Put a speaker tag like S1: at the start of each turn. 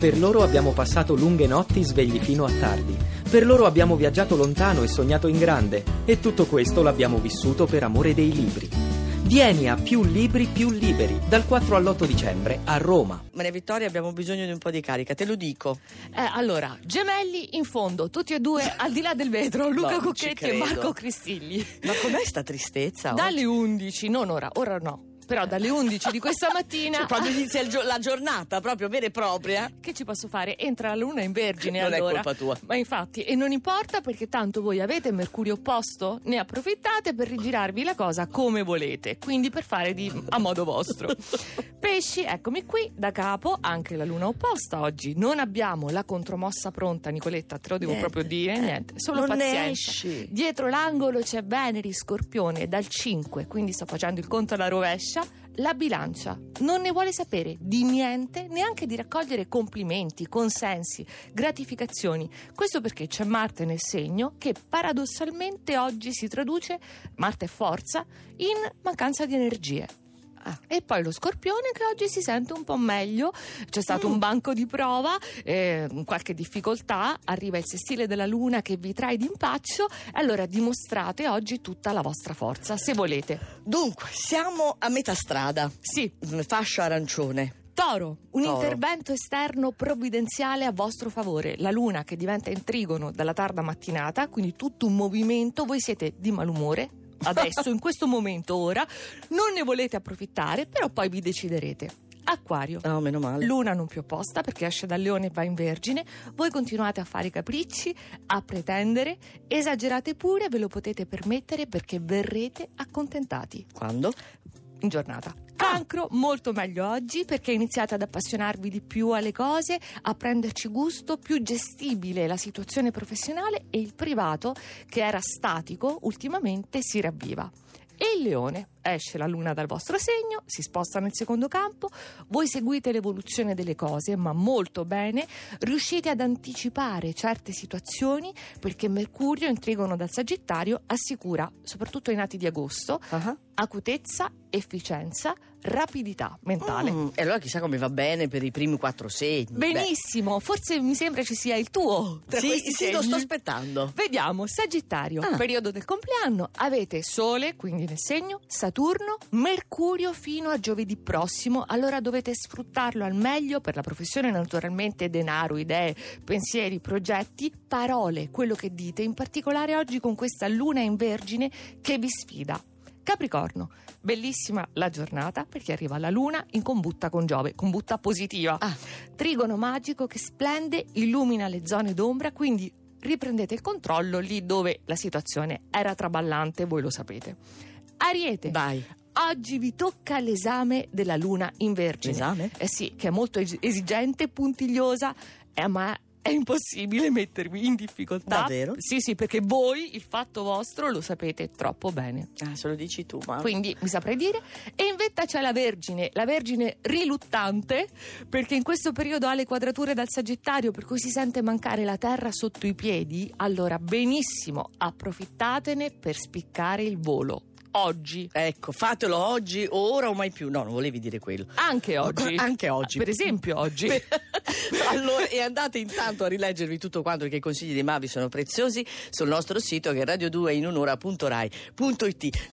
S1: Per loro abbiamo passato lunghe notti svegli fino a tardi. Per loro abbiamo viaggiato lontano e sognato in grande. E tutto questo l'abbiamo vissuto per amore dei libri. Vieni a Più Libri Più Liberi dal 4 all'8 dicembre a Roma.
S2: Maria Vittoria, abbiamo bisogno di un po' di carica, te lo dico.
S3: Allora, gemelli in fondo, tutti e due al di là del vetro, Luca
S2: Non ci
S3: Cucchetti e
S2: credo.
S3: Marco Cristilli.
S2: Ma com'è sta tristezza?
S3: Dalle 11, non ora no. Però dalle 11 di questa mattina,
S2: Cioè, quando inizia la giornata proprio vera e propria.
S3: che ci posso fare? Entra la luna in Vergine,
S2: Non è
S3: allora.
S2: colpa tua.
S3: Ma infatti, e non importa perché tanto voi avete Mercurio opposto, ne approfittate per rigirarvi la cosa come volete, quindi per fare a modo vostro. Pesci, eccomi qui, da capo, anche la luna opposta oggi. Non abbiamo la contromossa pronta, Nicoletta, te lo devo
S2: Niente.
S3: proprio dire, niente, solo
S2: Non ne
S3: pazienza.
S2: esci.
S3: Dietro l'angolo c'è Venere, Scorpione, dal 5, quindi sto facendo il conto alla rovescia. La bilancia non ne vuole sapere di niente, neanche di raccogliere complimenti, consensi, gratificazioni. Questo perché c'è Marte nel segno che paradossalmente oggi si traduce, Marte è forza, in mancanza di energie. E poi lo Scorpione che oggi si sente un po' meglio, c'è stato un banco di prova, qualche difficoltà, arriva il sestile della Luna che vi trae d'impaccio, allora dimostrate oggi tutta la vostra forza, se volete.
S2: Dunque, siamo a metà strada.
S3: Sì.
S2: Fascia arancione.
S3: Toro, un
S2: Toro.
S3: intervento esterno provvidenziale a vostro favore. La Luna che diventa in trigono dalla tarda mattinata, quindi tutto un movimento, voi siete di malumore. Adesso, in questo momento, ora, non ne volete approfittare, però poi vi deciderete. Acquario.
S2: No, meno male.
S3: Luna non più opposta perché esce dal Leone e va in Vergine. Voi continuate a fare i capricci, a pretendere, esagerate pure, ve lo potete permettere perché verrete accontentati
S2: Quando?
S3: in giornata. Cancro, molto meglio oggi perché iniziate ad appassionarvi di più alle cose, a prenderci gusto, più gestibile la situazione professionale e il privato che era statico ultimamente si ravviva. E il Leone, esce la Luna dal vostro segno, si sposta nel secondo campo, voi seguite l'evoluzione delle cose, ma molto bene, riuscite ad anticipare certe situazioni perché Mercurio in trigono dal Sagittario assicura, soprattutto ai nati di agosto, acutezza, efficienza, rapidità mentale.
S2: E allora chissà come va bene per i primi 4 segni.
S3: Benissimo, forse mi sembra ci sia il tuo tra questi
S2: Sì, lo
S3: segni.
S2: sto aspettando.
S3: Vediamo, Sagittario, periodo del compleanno, avete Sole, quindi nel segno, Saturno, Mercurio fino a giovedì prossimo, allora dovete sfruttarlo al meglio per la professione, naturalmente denaro, idee, pensieri, progetti, parole, quello che dite, in particolare oggi con questa Luna in Vergine che vi sfida. Capricorno, bellissima la giornata perché arriva la Luna in combutta con Giove, combutta positiva. Trigono magico che splende, illumina le zone d'ombra, quindi riprendete il controllo lì dove la situazione era traballante, voi lo sapete. Ariete.
S2: Vai.
S3: Oggi vi tocca l'esame della Luna in Vergine.
S2: L'esame?
S3: Sì, che è molto esigente, puntigliosa, ma è impossibile mettervi in difficoltà.
S2: Davvero?
S3: Sì, perché voi, il fatto vostro, lo sapete troppo bene.
S2: Se lo dici tu, ma...
S3: Quindi mi saprei dire. E in vetta c'è la Vergine riluttante, perché in questo periodo ha le quadrature dal Sagittario, per cui si sente mancare la terra sotto i piedi. Allora, benissimo, approfittatene per spiccare il volo. Oggi.
S2: Ecco, fatelo oggi o ora o mai più. No, non volevi dire quello.
S3: Anche oggi.
S2: Anche oggi.
S3: Per esempio oggi.
S2: Allora, e andate intanto a rileggervi tutto quanto perché i consigli dei Mavi sono preziosi sul nostro sito che è radio2inunora.rai.it.